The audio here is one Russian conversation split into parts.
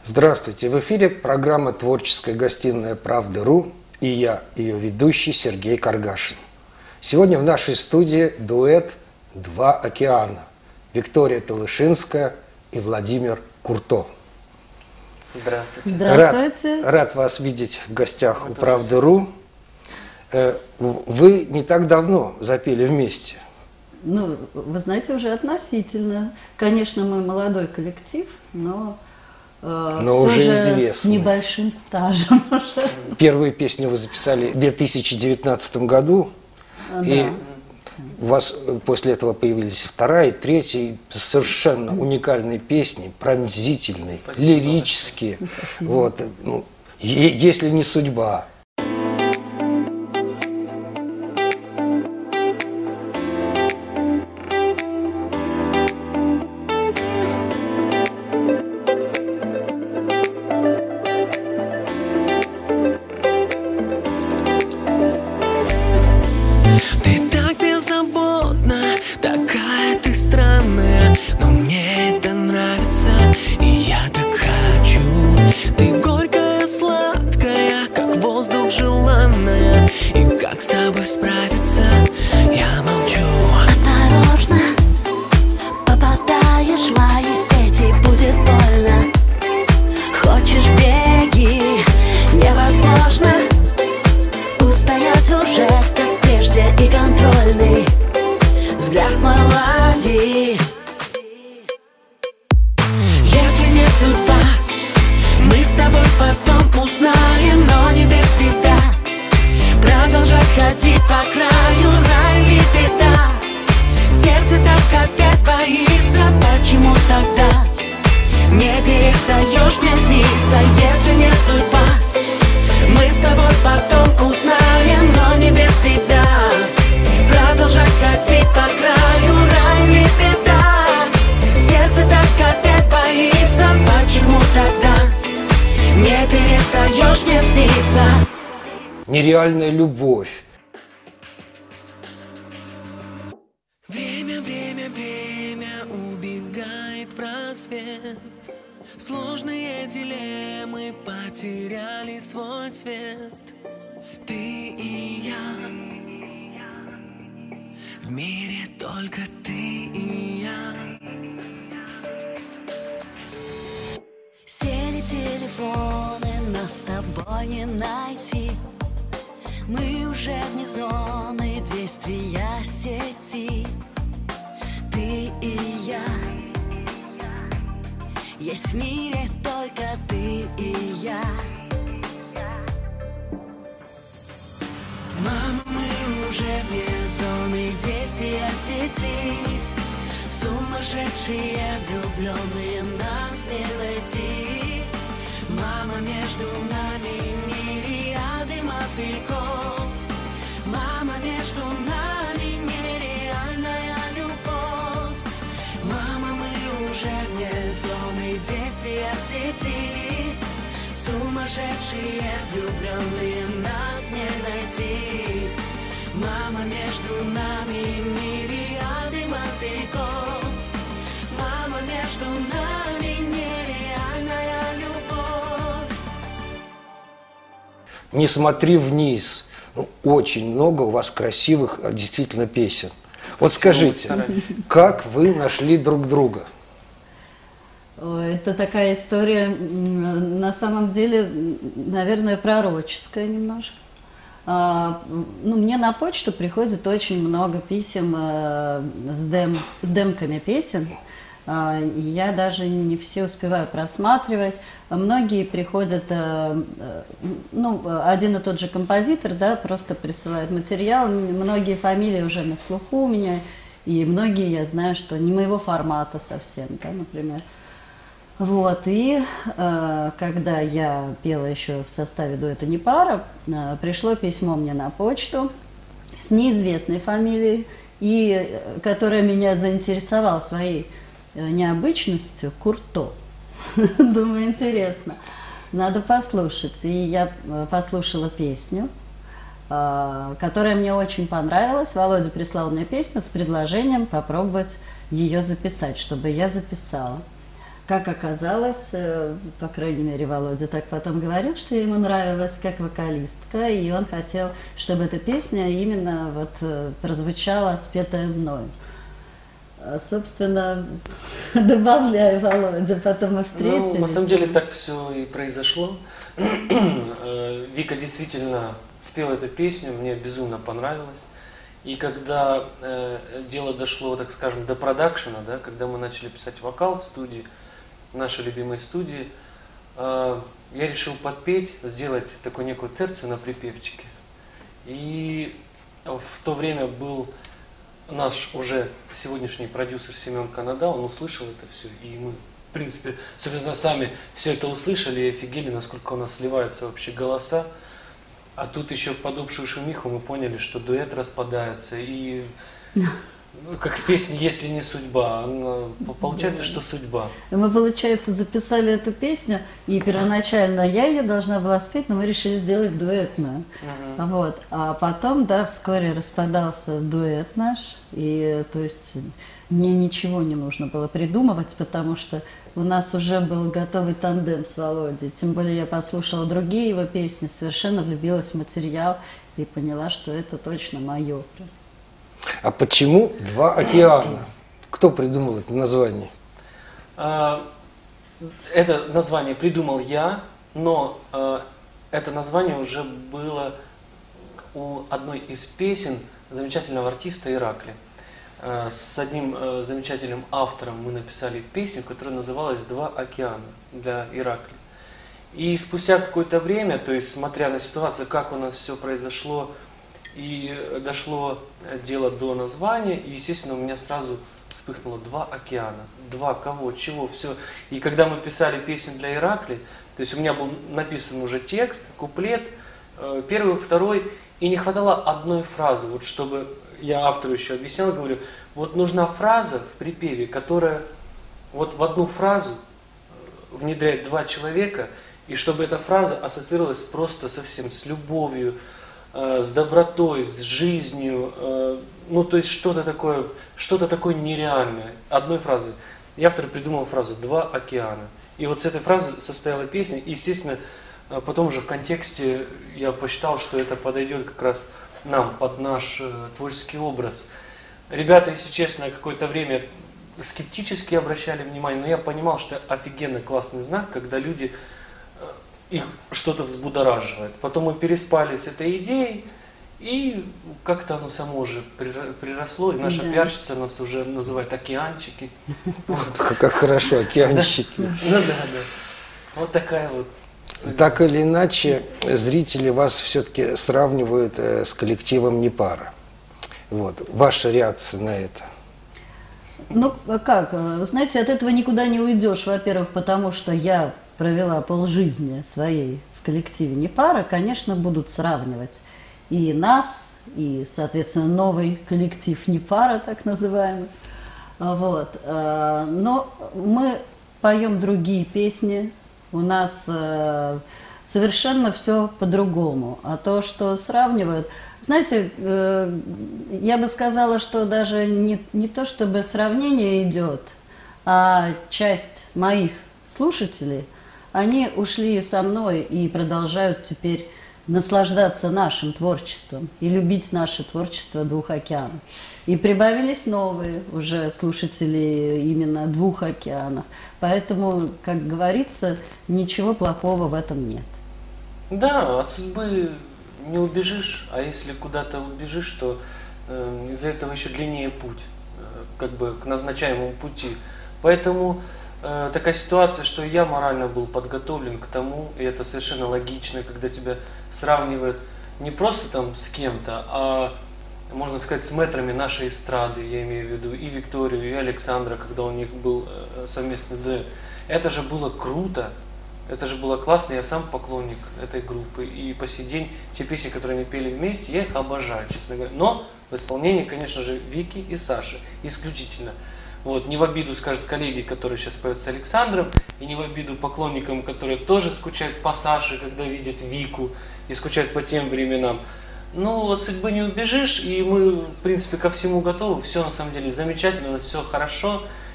Здравствуйте! В эфире программа «Творческая гостиная Правды.ру» и я, ее ведущий Сергей Каргашин. Сегодня в нашей студии дуэт «Два океана» Виктория Талышинская и Владимир Курто. Здравствуйте. Здравствуйте. Рад вас видеть в гостях у Правды.ру. Вы не так давно запели вместе. Ну, вы знаете, уже относительно. Конечно, мы молодой коллектив, но уже известно. С небольшим стажем уже. Первые песни вы записали в 2019 году. Да. И у вас после этого появились вторая и третья, совершенно уникальные песни, пронзительные, лирические. Вот, если не судьба. Нереальная любовь. Время убегает в просвет. Сложные дилеммы потеряли свой цвет. Ты и я. В мире только ты и я. Сели телефоны, нас с тобой не найти. Мы уже вне зоны действия сети. Ты и я. Есть в мире только ты и я. Мама, мы уже вне зоны действия сети. Сумасшедшие влюбленные, нас не найти. Мама, между нами мириады мотыльков. Мама, между нами нереальная любовь. Мама, мы уже вне зоны действия сети. Сумасшедшие влюбленные, нас не найти. Мама, между нами мириады мотыльков. Мама, между нами нереальная любовь. «Не смотри вниз». Очень много у вас красивых, действительно, песен. Вот скажите, как вы нашли друг друга? Это такая история, на самом деле, наверное, пророческая немножко. Мне на почту приходит очень много писем с демками песен. Я даже не все успеваю просматривать. Многие приходят, один и тот же композитор, да, просто присылает материал. Многие фамилии уже на слуху у меня, и многие, я знаю, что не моего формата совсем, да, например. Вот, и когда я пела еще в составе дуэта «Не пара», пришло письмо мне на почту с неизвестной фамилией, и которая меня заинтересовала своей необычностью, Курто. Думаю, интересно. Надо послушать. И я послушала песню, которая мне очень понравилась. Володя прислал мне песню с предложением попробовать ее записать, чтобы я записала. как оказалось, по крайней мере, Володя так потом говорил, что ему нравилась как вокалистка, и он хотел, чтобы эта песня именно вот прозвучала, спетая мною. Собственно, добавляю, Володя, потом мы встретились. Ну, на самом деле так все и произошло. Вика действительно спела эту песню, мне безумно понравилось. И когда дело дошло, так скажем, до продакшена, да, когда мы начали писать вокал в студии, в нашей любимой студии, я решил подпеть, сделать такую некую терцию на припевчике. И в то время был наш уже сегодняшний продюсер Семен Канада, он услышал это все, и мы, в принципе, собственно, сами все это услышали и офигели, насколько у нас сливаются вообще голоса. А тут еще под общую шумиху мы поняли, что дуэт распадается, и как в песне «Если не судьба», получается, что судьба. Мы, получается, записали эту песню, и первоначально я ее должна была спеть, но мы решили сделать дуэтную. Вот. А потом, да, вскоре распадался дуэт наш, и то есть мне ничего не нужно было придумывать, потому что у нас уже был готовый тандем с Володей. Тем более я послушала другие его песни, совершенно влюбилась в материал и поняла, что это точно мое. А почему «Два океана»? Кто придумал это название? Это название придумал я, но это название уже было у одной из песен замечательного артиста Иракли. С одним замечательным автором мы написали песню, которая называлась «Два океана» для Иракли. И спустя какое-то время, то есть смотря на ситуацию, как у нас все произошло, и дошло дело до названия, и, естественно, у меня сразу вспыхнуло «Два океана». Два кого, чего, все. И когда мы писали песню для Иракли, то есть у меня был написан уже текст, куплет, первый, второй, и не хватало одной фразы, вот чтобы, я автору еще объяснял, говорю, вот нужна фраза в припеве, которая вот в одну фразу внедряет два человека, и чтобы эта фраза ассоциировалась просто совсем с любовью, с добротой, с жизнью, ну то есть что-то такое нереальное. Одной фразы. И автор придумал фразу «Два океана». И вот с этой фразы состояла песня. И, естественно, потом уже в контексте я посчитал, что это подойдет как раз нам, под наш творческий образ. Ребята, если честно, какое-то время скептически обращали внимание, но я понимал, что офигенно классный знак, когда люди... их что-то взбудораживает. Потом мы переспали с этой идеей, и как-то оно само уже приросло, и наша пиарщица нас уже называет океанчики. Как хорошо, океанчики. Ну да. Вот такая вот. Так или иначе, зрители вас все-таки сравнивают с коллективом «Непара». Вот. Ваша реакция на это? Ну, как, знаете, от этого никуда не уйдешь. Во-первых, потому что я провела полжизни своей в коллективе «Непара», конечно, будут сравнивать и нас, и, соответственно, новый коллектив «Непара», так называемый. Вот. Но мы поем другие песни, у нас совершенно все по-другому. А то, что сравнивают... Знаете, я бы сказала, что даже не то, чтобы сравнение идет, а часть моих слушателей, они ушли со мной и продолжают теперь наслаждаться нашим творчеством и любить наше творчество «Двух океанов». И прибавились новые уже слушатели именно «Двух океанов». Поэтому, как говорится, ничего плохого в этом нет. Да, от судьбы не убежишь, а если куда-то убежишь, то из-за этого еще длиннее путь, как бы к назначаемому пути. Поэтому такая ситуация, что я морально был подготовлен к тому, и это совершенно логично, когда тебя сравнивают не просто там с кем-то, а, можно сказать, с мэтрами нашей эстрады, я имею в виду и Викторию, и Александра, когда у них был совместный дуэт. Это же было круто, это же было классно, я сам поклонник этой группы, и по сей день те песни, которые они пели вместе, я их обожаю, честно говоря. Но в исполнении, конечно же, Вики и Саши, исключительно. Вот, не в обиду, скажут коллеги, которые сейчас поют с Александром, и не в обиду поклонникам, которые тоже скучают по Саше, когда видят Вику, и скучают по тем временам. Ну, от судьбы не убежишь, и мы, в принципе, ко всему готовы, все на самом деле замечательно, все хорошо,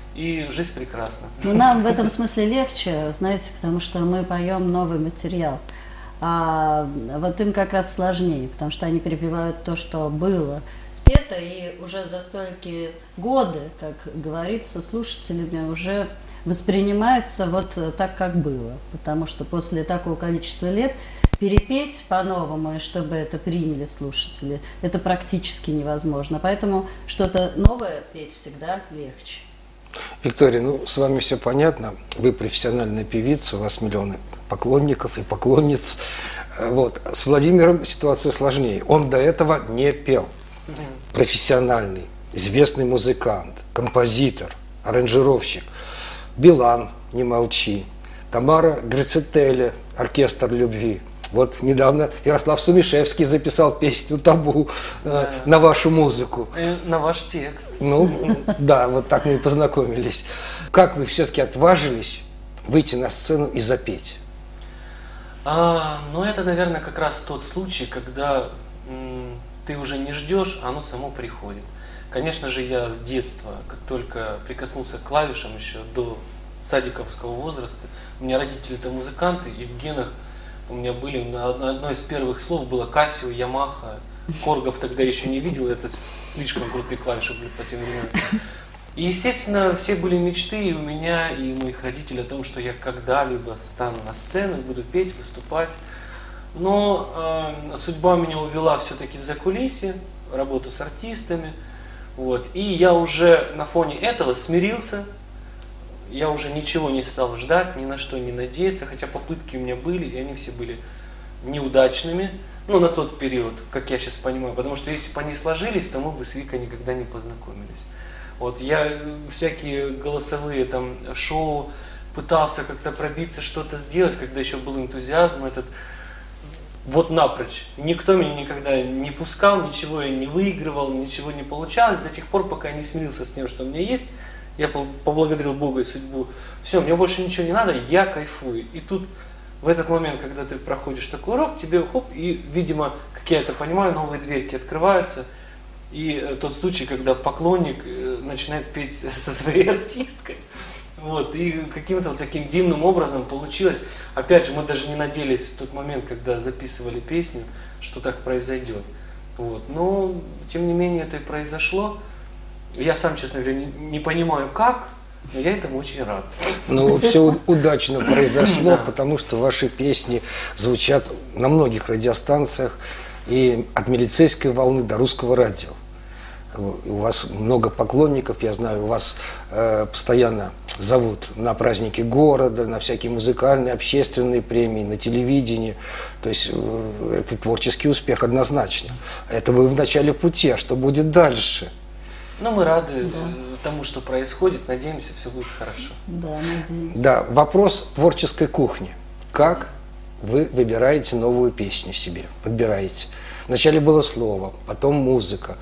и жизнь прекрасна. Ну, нам в этом смысле легче, знаете, потому что мы поем новый материал. А вот им как раз сложнее, потому что они перепевают то, что было спето, и уже за столькие годы, как говорится, слушателями уже воспринимается вот так, как было. Потому что после такого количества лет перепеть по-новому, и чтобы это приняли слушатели, это практически невозможно. Поэтому что-то новое петь всегда легче. Виктория, ну с вами все понятно. Вы профессиональная певица, у вас миллионы поклонников и поклонниц. Вот. С Владимиром ситуация сложнее. Он до этого не пел. Профессиональный, известный музыкант, композитор, аранжировщик. Билан, не молчи. Тамара Грицетели, оркестр любви. Вот недавно Ярослав Сумишевский записал песню «Табу» на вашу музыку. На ваш текст. Ну, да, вот так мы и познакомились. Как вы все-таки отважились выйти на сцену и запеть? Ну, это, наверное, как раз тот случай, когда ты уже не ждешь, а оно само приходит. Конечно же, я с детства, как только прикоснулся к клавишам, еще до садиковского возраста, у меня родители-то музыканты, и в генах у меня были, одно из первых слов было Casio, Yamaha, Коргов тогда еще не видел, это слишком крутые клавиши были по тем временам. И, естественно, все были мечты и у меня, и у моих родителей о том, что я когда-либо стану на сцену, буду петь, выступать. Но судьба меня увела все-таки в закулисье, работу с артистами. Вот. И я уже на фоне этого смирился, я уже ничего не стал ждать, ни на что не надеяться, хотя попытки у меня были, и они все были неудачными, ну, на тот период, как я сейчас понимаю, потому что если бы они сложились, то мы бы с Викой никогда не познакомились. Вот, я всякие голосовые там шоу пытался как-то пробиться, что-то сделать, когда еще был энтузиазм этот, вот напрочь. Никто меня никогда не пускал, ничего я не выигрывал, ничего не получалось до тех пор, пока я не смирился с тем, что у меня есть. Я поблагодарил Бога и судьбу. Все, мне больше ничего не надо, я кайфую. И тут, в этот момент, когда ты проходишь такой урок, тебе хоп, и, видимо, как я это понимаю, новые дверки открываются. И тот случай, когда поклонник начинает петь со своей артисткой. Вот, и каким-то вот таким дивным образом получилось. Опять же, мы даже не надеялись в тот момент, когда записывали песню, что так произойдет. Вот. Но, тем не менее, это и произошло. Я сам, честно говоря, не понимаю как, но я этому очень рад. Ну, все удачно произошло, потому что ваши песни звучат на многих радиостанциях, и от милицейской волны до русского радио. У вас много поклонников, я знаю, вас постоянно зовут на праздники города, на всякие музыкальные, общественные премии, на телевидении. То есть это творческий успех однозначно. Это вы в начале пути, а что будет дальше? Ну, мы рады тому, что происходит, надеемся, все будет хорошо. Да, надеюсь. Да, вопрос творческой кухни. Как вы выбираете новую песню себе, подбираете? Вначале было слово, потом музыка.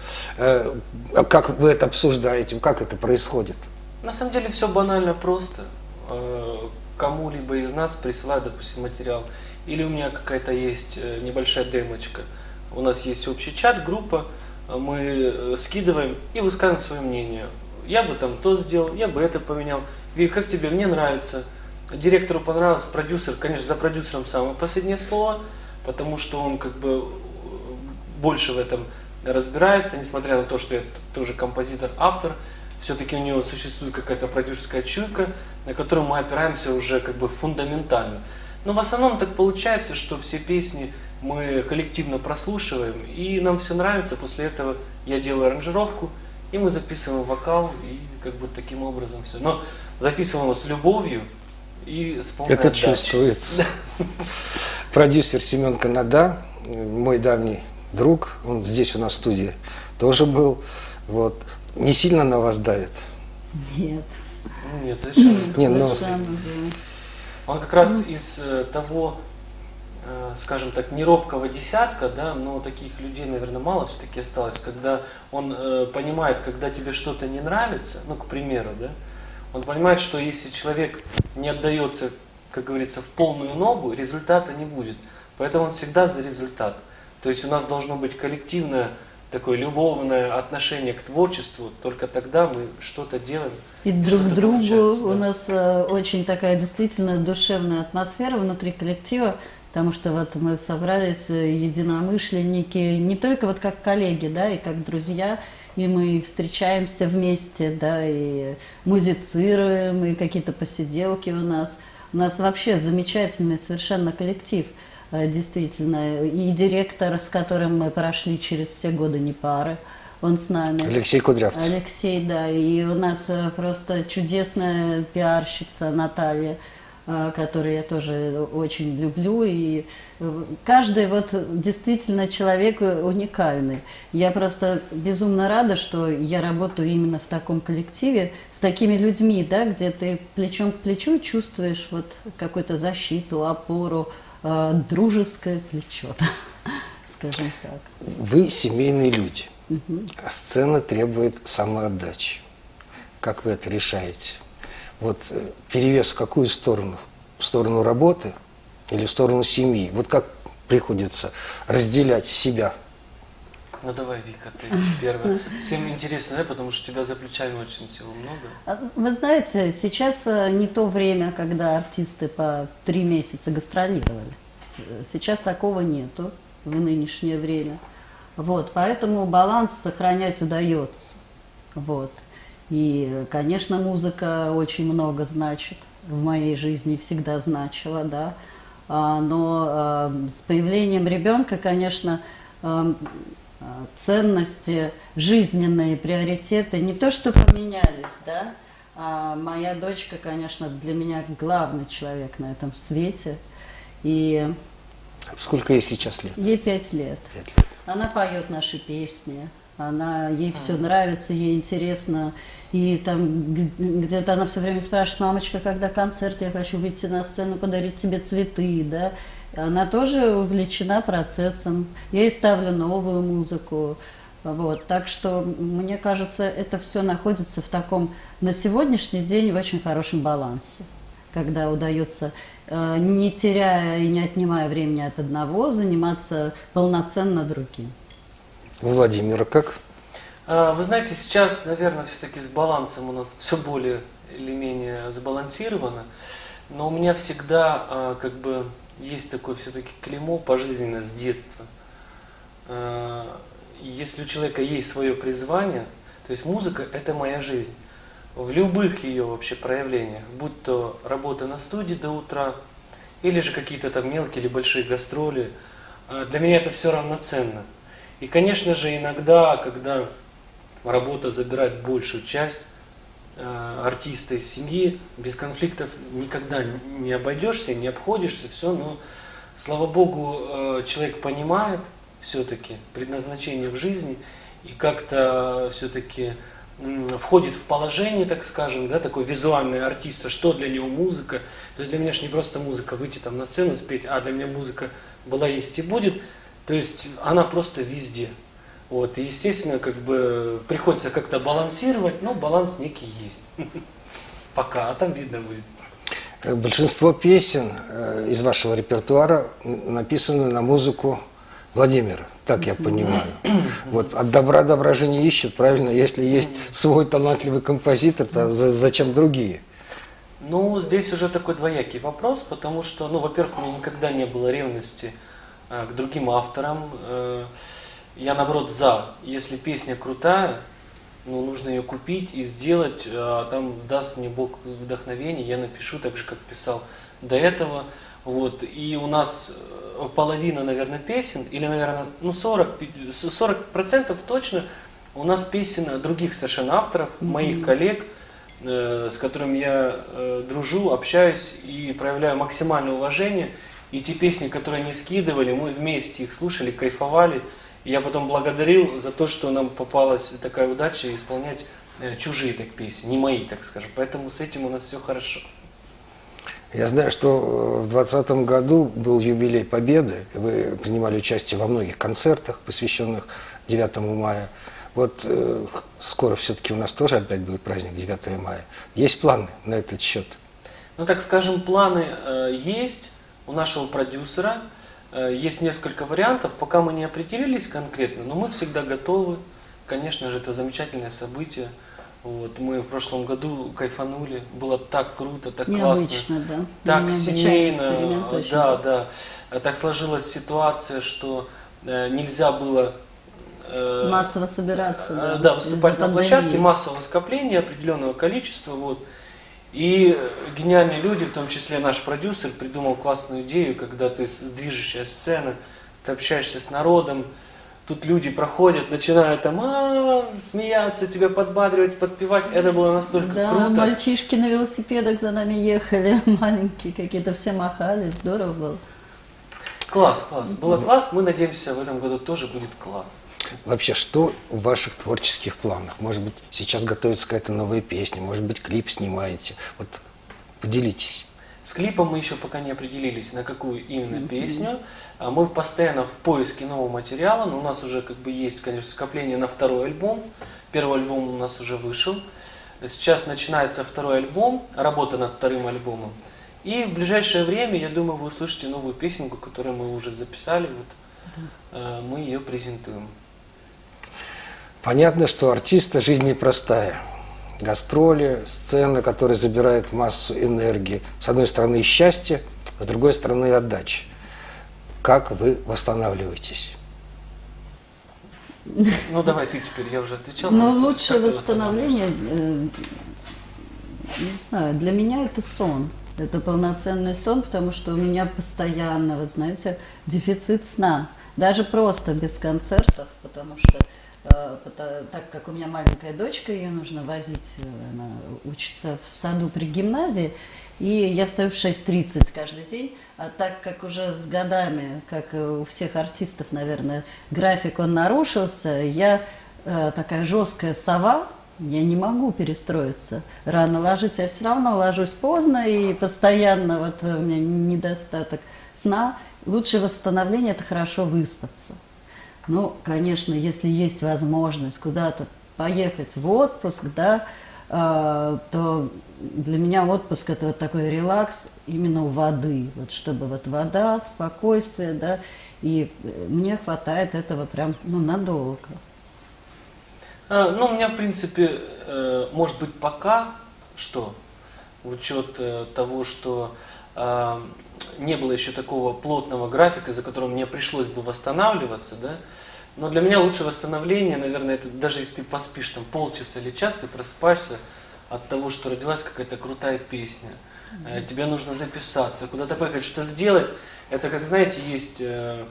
Как вы это обсуждаете, как это происходит? На самом деле все банально просто. Кому-либо из нас присылают, допустим, материал. Или у меня какая-то есть небольшая демочка. У нас есть общий чат, группа. Мы скидываем и высказываем свое мнение. Я бы там то сделал, я бы это поменял. Вик, как тебе? Мне нравится. Директору понравилось, продюсер, конечно, за продюсером самое последнее слово, потому что он как бы больше в этом разбирается, несмотря на то, что я тоже композитор, автор. Все-таки у него существует какая-то продюсерская чуйка, на которую мы опираемся уже как бы фундаментально. Но в основном так получается, что все песни мы коллективно прослушиваем, и нам все нравится. После этого я делаю аранжировку, и мы записываем вокал, и как бы таким образом все. Но записываем с любовью и с полной Это отдачей. чувствуется. Продюсер Семен Канада, мой давний друг, он здесь у нас в студии тоже был. Вот. Не сильно на вас давит? Нет. Нет, совершенно. Не, ну, Совершенно, да. Он как раз из того, скажем так, неробкого десятка, да, но таких людей, наверное, мало все-таки осталось, когда он понимает, когда тебе что-то не нравится, ну, к примеру, да, он понимает, что если человек не отдается, как говорится, в полную ногу, результата не будет. Поэтому он всегда за результат. То есть у нас должно быть коллективное такое любовное отношение к творчеству, только тогда мы что-то делаем. И друг к другу получается, у нас очень такая действительно душевная атмосфера внутри коллектива, потому что вот мы собрались единомышленники, не только вот как коллеги, да, и как друзья, и мы встречаемся вместе, да, и музицируем, и какие-то посиделки у нас. У нас вообще замечательный совершенно коллектив, действительно. И директор, с которым мы прошли через все годы непары, он с нами. Алексей Кудрявцев. Алексей, да. И у нас просто чудесная пиарщица Наталья, которую я тоже очень люблю. И каждый вот действительно человек уникальный. Я просто безумно рада, что я работаю именно в таком коллективе, с такими людьми, да, где ты плечом к плечу чувствуешь вот какую-то защиту, опору, дружеское плечо, скажем так. Вы семейные люди, а сцена требует самоотдачи. Как вы это решаете? Вот перевес в какую сторону? В сторону работы или в сторону семьи? Вот как приходится разделять себя? Ну давай, Вика, ты первая. Всем интересно, да, потому что у тебя за плечами очень всего много. Вы знаете, сейчас не то время, когда артисты по 3 месяца гастролировали. Сейчас такого нету в нынешнее время. Вот, поэтому баланс сохранять удается. Вот. И, конечно, музыка очень много значит в моей жизни, всегда значила, да. Но с появлением ребенка, конечно, ценности, жизненные приоритеты не то что поменялись, да, а моя дочка, конечно, для меня главный человек на этом свете. И Сколько ей сейчас лет? ей 5 лет. 5 лет. Она поет наши песни, ей все нравится, ей интересно. И там где-то она все время спрашивает: мамочка, когда концерт, я хочу выйти на сцену, подарить тебе цветы, да. Она тоже увлечена процессом. Я ей ставлю новую музыку. Вот. Так что, мне кажется, это все находится в таком, на сегодняшний день, в очень хорошем балансе. Когда удается, не теряя и не отнимая времени от одного, заниматься полноценно другим. У Владимира как? Вы знаете, сейчас, наверное, все-таки с балансом у нас все более или менее сбалансировано, но у меня всегда как бы есть такое все-таки клеймо пожизненно с детства. Если у человека есть свое призвание, то есть музыка – это моя жизнь. В любых ее вообще проявлениях, будь то работа на студии до утра, или же какие-то там мелкие или большие гастроли, для меня это все равноценно. И, конечно же, иногда, когда работа забирает большую часть артиста из семьи, без конфликтов никогда не обойдешься, не обходишься, все, но, слава Богу, человек понимает все-таки предназначение в жизни и как-то все-таки входит в положение, так скажем, да, такой визуальный артиста, что для него музыка. То есть для меня же не просто музыка выйти там на сцену, спеть, а для меня музыка была, есть и будет. То есть она просто везде. Вот, и, естественно, как бы приходится как-то балансировать, но баланс некий есть. Пока, а там видно будет. Большинство песен из вашего репертуара написаны на музыку Владимира, так я понимаю. Вот, от добра добра же не ищут, правильно? Если есть свой талантливый композитор, то зачем другие? Ну, здесь уже такой двоякий вопрос, потому что, ну, во-первых, у меня никогда не было ревности к другим авторам. Я, наоборот, за. Если песня крутая, ну, нужно ее купить и сделать, там даст мне Бог вдохновение, я напишу так же, как писал до этого. Вот. И у нас половина, наверное, песен, или, наверное, ну, 40% точно у нас песен других совершенно авторов, моих коллег, с которыми я дружу, общаюсь и проявляю максимальное уважение. И те песни, которые они скидывали, мы вместе их слушали, кайфовали. И я потом благодарил за то, что нам попалась такая удача исполнять чужие так песни, не мои, так скажем. Поэтому с этим у нас все хорошо. Я знаю, что в 2020 году был юбилей Победы. Вы принимали участие во многих концертах, посвященных 9 мая. Вот скоро все-таки у нас тоже опять будет праздник 9 мая. Есть планы на этот счет? Ну, так скажем, планы есть у нашего продюсера. есть несколько вариантов, пока мы не определились конкретно, но мы всегда готовы. Конечно же, это замечательное событие. Вот, мы в прошлом году кайфанули, было так круто, так Необычно, классно, да. так Необычайный семейно, эксперимент, очень. да. Так сложилась ситуация, что нельзя было Массово собираться, да, выступать из-за на площадке, пандемии. массового скопления определенного количества. Вот. И гениальные люди, в том числе наш продюсер, придумал классную идею, когда то есть движущая сцена, ты общаешься с народом, тут люди проходят, начинают там смеяться, тебя подбадривать, подпевать. Это было настолько Да, круто. мальчишки на велосипедах за нами ехали, маленькие какие-то, все махали, здорово было. Класс. Было класс, мы надеемся, в этом году тоже будет класс. Вообще, что в ваших творческих планах? Может быть, сейчас готовится какая-то новая песня, может быть, клип снимаете. Вот поделитесь. С клипом мы еще пока не определились, на какую именно песню. Мы постоянно в поиске нового материала, но у нас уже как бы есть, конечно, скопление на второй альбом. Первый альбом у нас уже вышел. Сейчас начинается второй альбом, работа над вторым альбомом. И в ближайшее время, я думаю, вы услышите новую песенку, которую мы уже записали. Вот, мы ее презентуем. Понятно, что артиста жизнь непростая. Гастроли, сцена, которая забирает массу энергии. С одной стороны счастье, с другой стороны отдача. Как вы восстанавливаетесь? Ну давай ты теперь, я уже отвечал. Но Как лучшее ты восстановление, не знаю, для меня это сон. Это полноценный сон, потому что у меня постоянно, вот знаете, дефицит сна. Даже просто без концертов, потому что так как у меня маленькая дочка, ее нужно возить, она учится в саду при гимназии, и я встаю в 6:30 каждый день, а так как уже с годами, как у всех артистов, наверное, график он нарушился, я такая жесткая сова, я не могу перестроиться, рано ложиться, я все равно ложусь поздно, и постоянно вот у меня недостаток сна. Лучшее восстановление – это хорошо выспаться. Ну, конечно, если есть возможность куда-то поехать в отпуск, да, то для меня отпуск – это вот такой релакс именно у воды. Вот чтобы вот вода, спокойствие, да, и мне хватает этого прям, ну, надолго. Ну, у меня, в принципе, может быть, пока что, в учет того, что не было еще такого плотного графика, за которым мне пришлось бы восстанавливаться, да, но для меня лучшее восстановление, наверное, это даже если ты поспишь там полчаса или час, ты просыпаешься от того, что родилась какая-то крутая песня, тебе нужно записаться, куда-то поехать, что-то сделать. Это, как знаете, есть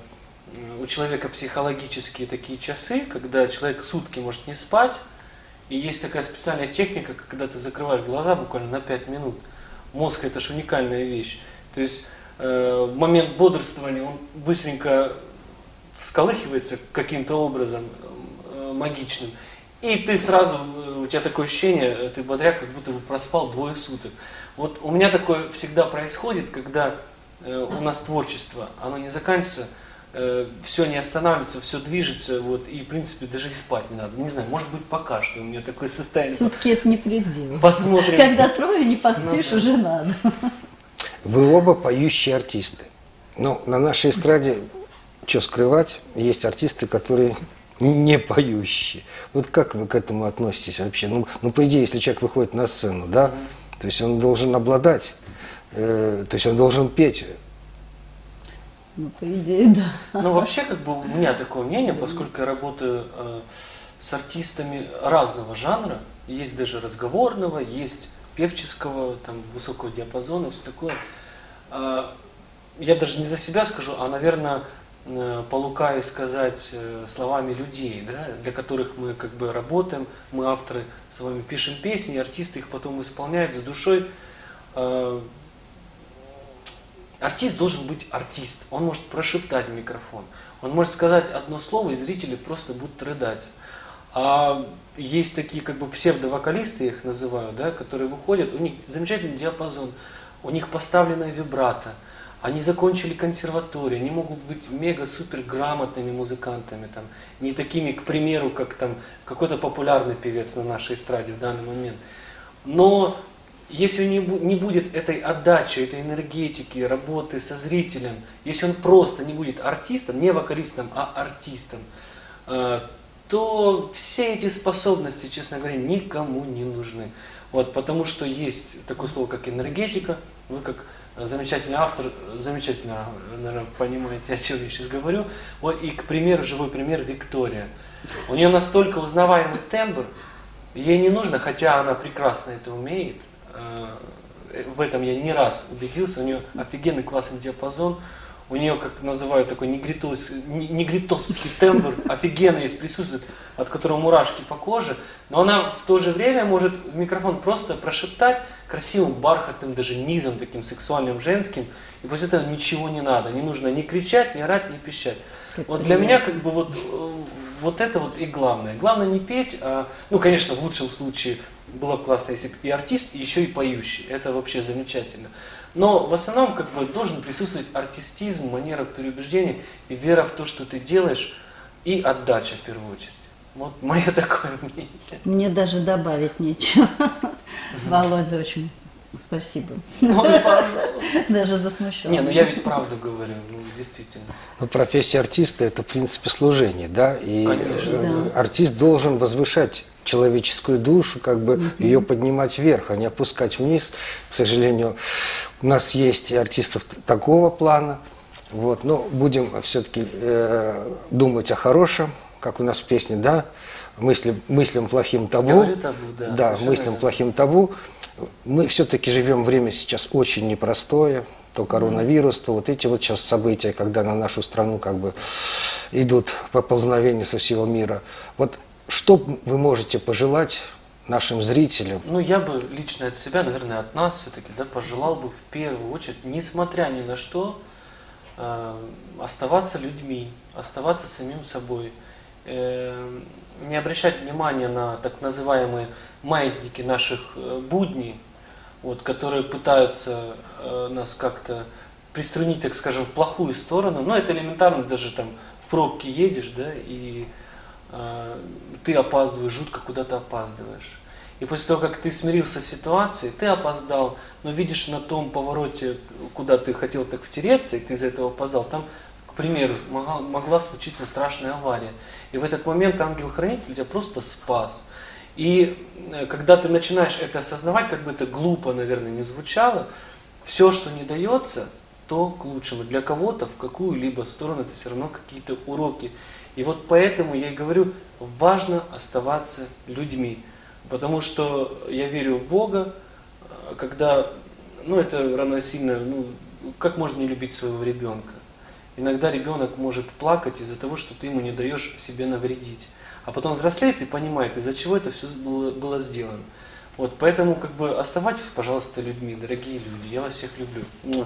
у человека психологические такие часы, когда человек сутки может не спать, и есть такая специальная техника, когда ты закрываешь глаза буквально на 5 минут. Мозг – это же уникальная вещь. То есть в момент бодрствования он быстренько всколыхивается каким-то образом магичным, и ты сразу, у тебя такое ощущение, ты бодряк, как будто бы проспал 2 суток. Вот у меня такое всегда происходит, когда у нас творчество, оно не заканчивается, все не останавливается, все движется, вот, и в принципе даже и спать не надо. Не знаю, может быть пока что у меня такое состояние. Сутки это не предел. Посмотрим. Когда 3 не поспишь, Ну, да. уже надо. Вы оба поющие артисты. Но на нашей эстраде, что скрывать, есть артисты, которые не поющие. Вот как вы к этому относитесь вообще? Ну, по идее, если человек выходит на сцену, да, то есть он должен обладать, то есть он должен петь. Ну, по идее, да. Ну, вообще, как бы у меня такое мнение, поскольку я работаю с артистами разного жанра, есть даже разговорного, есть певческого, там, высокого диапазона, все такое. Я даже не за себя скажу, а, наверное, полукаю сказать словами людей, да, для которых мы как бы работаем, мы авторы с вами пишем песни, и артисты их потом исполняют с душой. Артист должен быть артист, он может прошептать в микрофон, он может сказать одно слово, и зрители просто будут рыдать. А есть такие как бы псевдовокалисты, я их называю, да, которые выходят, у них замечательный диапазон, у них поставленная вибрато, они закончили консерваторию, они могут быть мега-супер грамотными музыкантами, там, не такими, к примеру, как там какой-то популярный певец на нашей эстраде в данный момент. Но если не будет этой отдачи, этой энергетики, работы со зрителем, если он просто не будет артистом, не вокалистом, а артистом, то все эти способности, честно говоря, никому не нужны. Вот, потому что есть такое слово, как энергетика. Вы как замечательный автор, замечательно, наверное, понимаете, о чем я сейчас говорю. Вот, и, к примеру, живой пример Виктория. У нее настолько узнаваемый тембр, ей не нужно, хотя она прекрасно это умеет, в этом я не раз убедился, у нее офигенный классный диапазон, у нее, как называют, такой негритосский тембр, офигенно есть присутствует, от которого мурашки по коже, но она в то же время может в микрофон просто прошептать красивым, бархатным, даже низом, таким сексуальным, женским, и после этого ничего не надо, не нужно ни кричать, ни орать, ни пищать. Вот для меня как бы вот это вот и главное. Главное не петь, ну, конечно, в лучшем случае было бы классно, если бы и артист, и еще и поющий. Это вообще замечательно. Но в основном как бы должен присутствовать артистизм, манера переубеждения, и вера в то, что ты делаешь, и отдача в первую очередь. Вот мое такое мнение. Мне даже добавить нечего. Володя, очень спасибо. Ну, пожалуйста. Даже засмущен. Не, ну я ведь правду говорю, ну действительно. Ну, профессия артиста – это, в принципе, служение, да? И Конечно. артист должен возвышать человеческую душу, как бы ее поднимать вверх, а не опускать вниз. К сожалению, у нас есть и артистов такого плана. Вот, но будем все-таки думать о хорошем, как у нас в песне, да? Мыслям плохим табу. Говорю табу, да. Да, мыслям плохим табу. Мы все-таки живем время сейчас очень непростое. То коронавирус, то вот эти вот сейчас события, когда на нашу страну как бы идут поползновения со всего мира. Вот что вы можете пожелать нашим зрителям? Ну, я бы лично от себя, наверное, от нас все-таки, да, пожелал бы в первую очередь, несмотря ни на что, оставаться людьми, оставаться самим собой, не обращать внимания на так называемые маятники наших будней, вот, которые пытаются нас как-то приструнить, так скажем, в плохую сторону. Но это элементарно, даже там в пробке едешь, да, и ты опаздываешь, жутко куда-то опаздываешь. И после того, как ты смирился с ситуацией, ты опоздал, но видишь на том повороте, куда ты хотел так втереться, и ты из-за этого опоздал, там, к примеру, могла случиться страшная авария. И в этот момент ангел-хранитель тебя просто спас. И когда ты начинаешь это осознавать, как бы это глупо, наверное, не звучало, все, что не дается, то к лучшему. Для кого-то в какую-либо сторону это все равно какие-то уроки. И вот поэтому я и говорю, важно оставаться людьми. Потому что я верю в Бога, когда, ну это равносильно, ну как можно не любить своего ребенка? Иногда ребенок может плакать из-за того, что ты ему не даешь себе навредить. А потом взрослеет и понимает, из-за чего это все было сделано. Вот, поэтому как бы оставайтесь, пожалуйста, людьми, дорогие люди. Я вас всех люблю.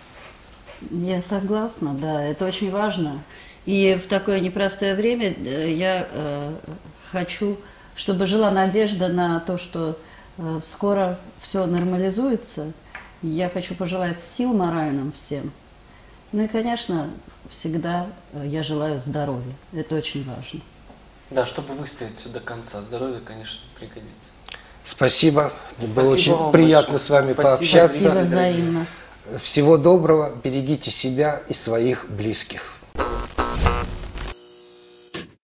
Я согласна, да, это очень важно. И в такое непростое время я хочу, чтобы жила надежда на то, что скоро все нормализуется. Я хочу пожелать сил моральным всем. Ну и, конечно, всегда я желаю здоровья. Это очень важно. Да, чтобы выстоять все до конца. Здоровье, конечно, пригодится. Спасибо. Было очень вам приятно большое. с вами Спасибо, пообщаться. Спасибо взаимно. Всего доброго. Берегите себя и своих близких.